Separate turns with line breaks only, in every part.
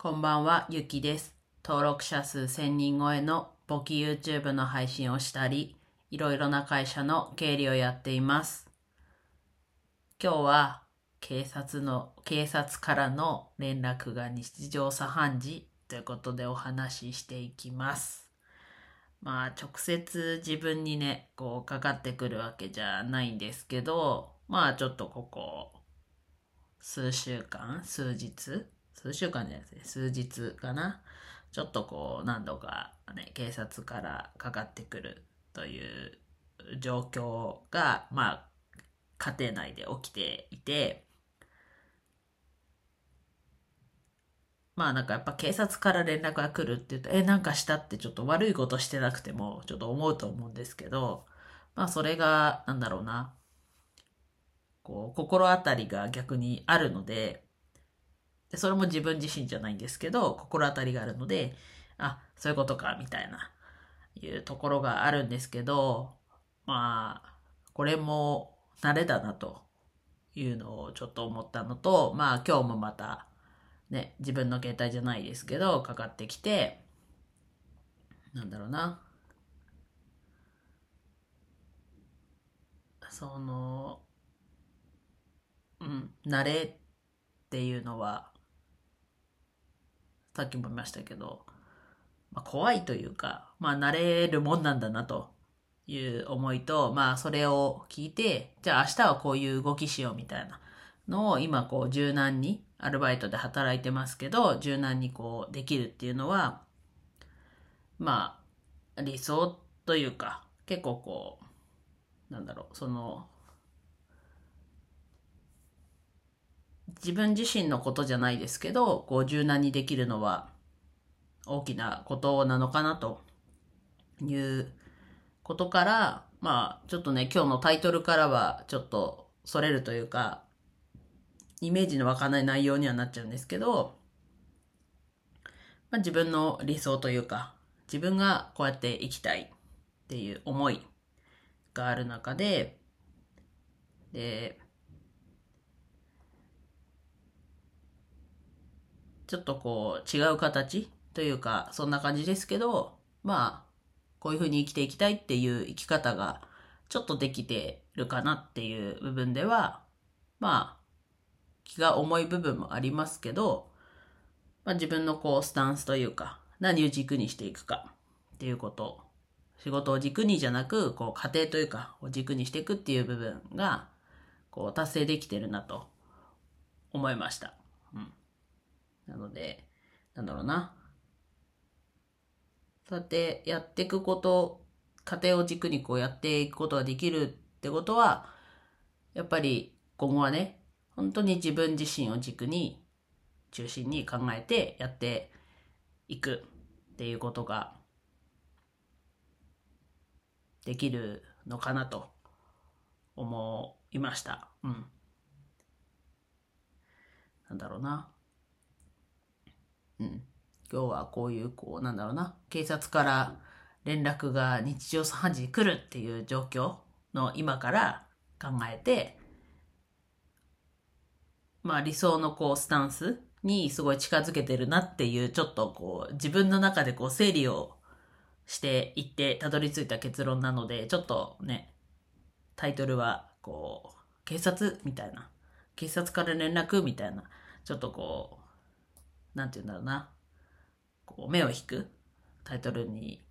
こんばんは、ゆきです。登録者数1000人超えの簿記 YouTube の配信をしたり、いろいろな会社の経理をやっています。今日は警察からの連絡が日常茶飯事ということでお話ししていきます。直接自分にね、かかってくるわけじゃないんですけど、ちょっとここ数週間じゃないですね、数日かな。ちょっと何度かね、警察からかかってくるという状況が、家庭内で起きていて、やっぱ警察から連絡が来るって言うと、なんかしたってちょっと悪いことしてなくても、ちょっと思うと思うんですけど、それが、心当たりが逆にあるので、それも自分自身じゃないんですけど、心当たりがあるので、そういうことか、みたいな、いうところがあるんですけど、これも慣れだなというのをちょっと思ったのと、今日もまた、ね、自分の携帯じゃないですけど、かかってきて、その、慣れっていうのは、さっきも言いましたけど、怖いというか、慣れるもんなんだなという思いと、それを聞いて、じゃあ明日はこういう動きしようみたいなのを今柔軟にアルバイトで働いてますけど、柔軟にできるっていうのは、理想というか、結構自分自身のことじゃないですけど、柔軟にできるのは大きなことなのかなということから、ちょっとね、今日のタイトルからはちょっとそれるというか、イメージの湧かない内容にはなっちゃうんですけど、自分の理想というか、自分がこうやって生きたいっていう思いがある中で、ちょっと違う形というか、そんな感じですけど、こういうふうに生きていきたいっていう生き方がちょっとできてるかなっていう部分では、気が重い部分もありますけど、自分のスタンスというか、何を軸にしていくかっていうこと、仕事を軸にじゃなく、家庭というか、を軸にしていくっていう部分が、達成できてるなと思いました。なので、そうやってやっていくこと、家庭を軸にやっていくことができるってことは、やっぱり今後はね、本当に自分自身を軸に、中心に考えてやっていくっていうことができるのかなと思いました。今日はこういう警察から連絡が日常茶飯事に来るっていう状況の今から考えて、理想のスタンスにすごい近づけてるなっていう、ちょっと自分の中で整理をしていってたどり着いた結論なので、ちょっとね、タイトルは警察みたいな、警察から連絡みたいな、ちょっとなんて言うんだろうな、目を引くタイトルに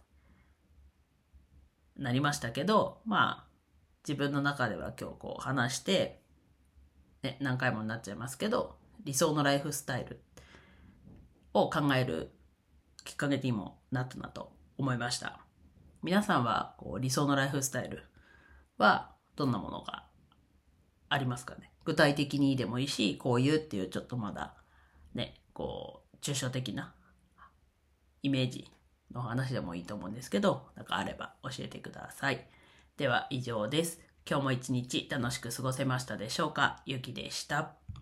なりましたけど、自分の中では今日話して、ね、何回もなっちゃいますけど、理想のライフスタイルを考えるきっかけにもなったなと思いました。皆さんは理想のライフスタイルはどんなものがありますかね。具体的にでもいいし、こういうっていうちょっとまだね、抽象的なイメージの話でもいいと思うんですけど、あれば教えてください。では以上です。今日も一日楽しく過ごせましたでしょうか。ゆきでした。